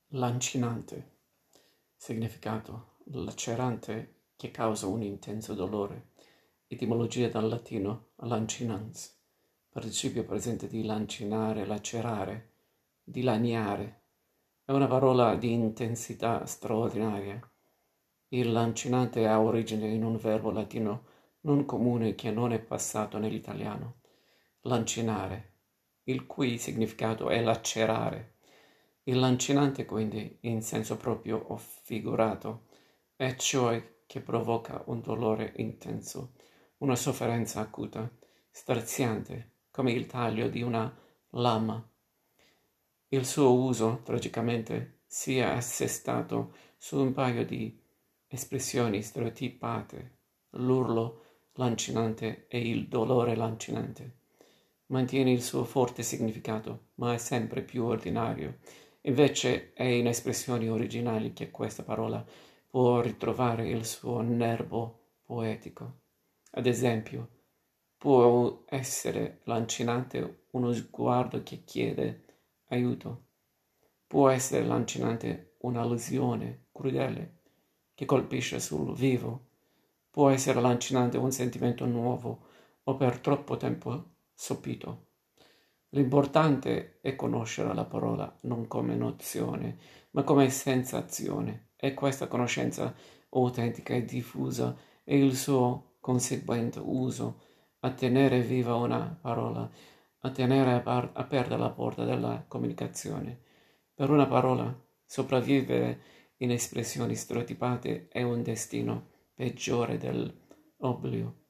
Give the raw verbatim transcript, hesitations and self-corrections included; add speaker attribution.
Speaker 1: Lancinante. Significato: lacerante che causa un intenso dolore. Etimologia dal latino lancinans. Participio presente di lancinare, lacerare, dilaniare. È una parola di intensità straordinaria. Il lancinante ha origine in un verbo latino non comune che non è passato nell'italiano. Lancinare, il cui significato è lacerare. Il lancinante, quindi, in senso proprio o figurato, è ciò che provoca un dolore intenso, una sofferenza acuta, straziante, come il taglio di una lama. Il suo uso, tragicamente, si è assestato su un paio di espressioni stereotipate: l'urlo lancinante e il dolore lancinante. Mantiene il suo forte significato, ma è sempre più ordinario. Invece è in espressioni originali che questa parola può ritrovare il suo nervo poetico. Ad esempio, può essere lancinante uno sguardo che chiede aiuto. Può essere lancinante un'allusione crudele che colpisce sul vivo. Può essere lancinante un sentimento nuovo o per troppo tempo sopito. L'importante è conoscere la parola non come nozione, ma come sensazione, e questa conoscenza autentica e diffusa è il suo conseguente uso, a tenere viva una parola, a tenere apar- aperta la porta della comunicazione. Per una parola, sopravvivere in espressioni stereotipate è un destino peggiore dell'oblio.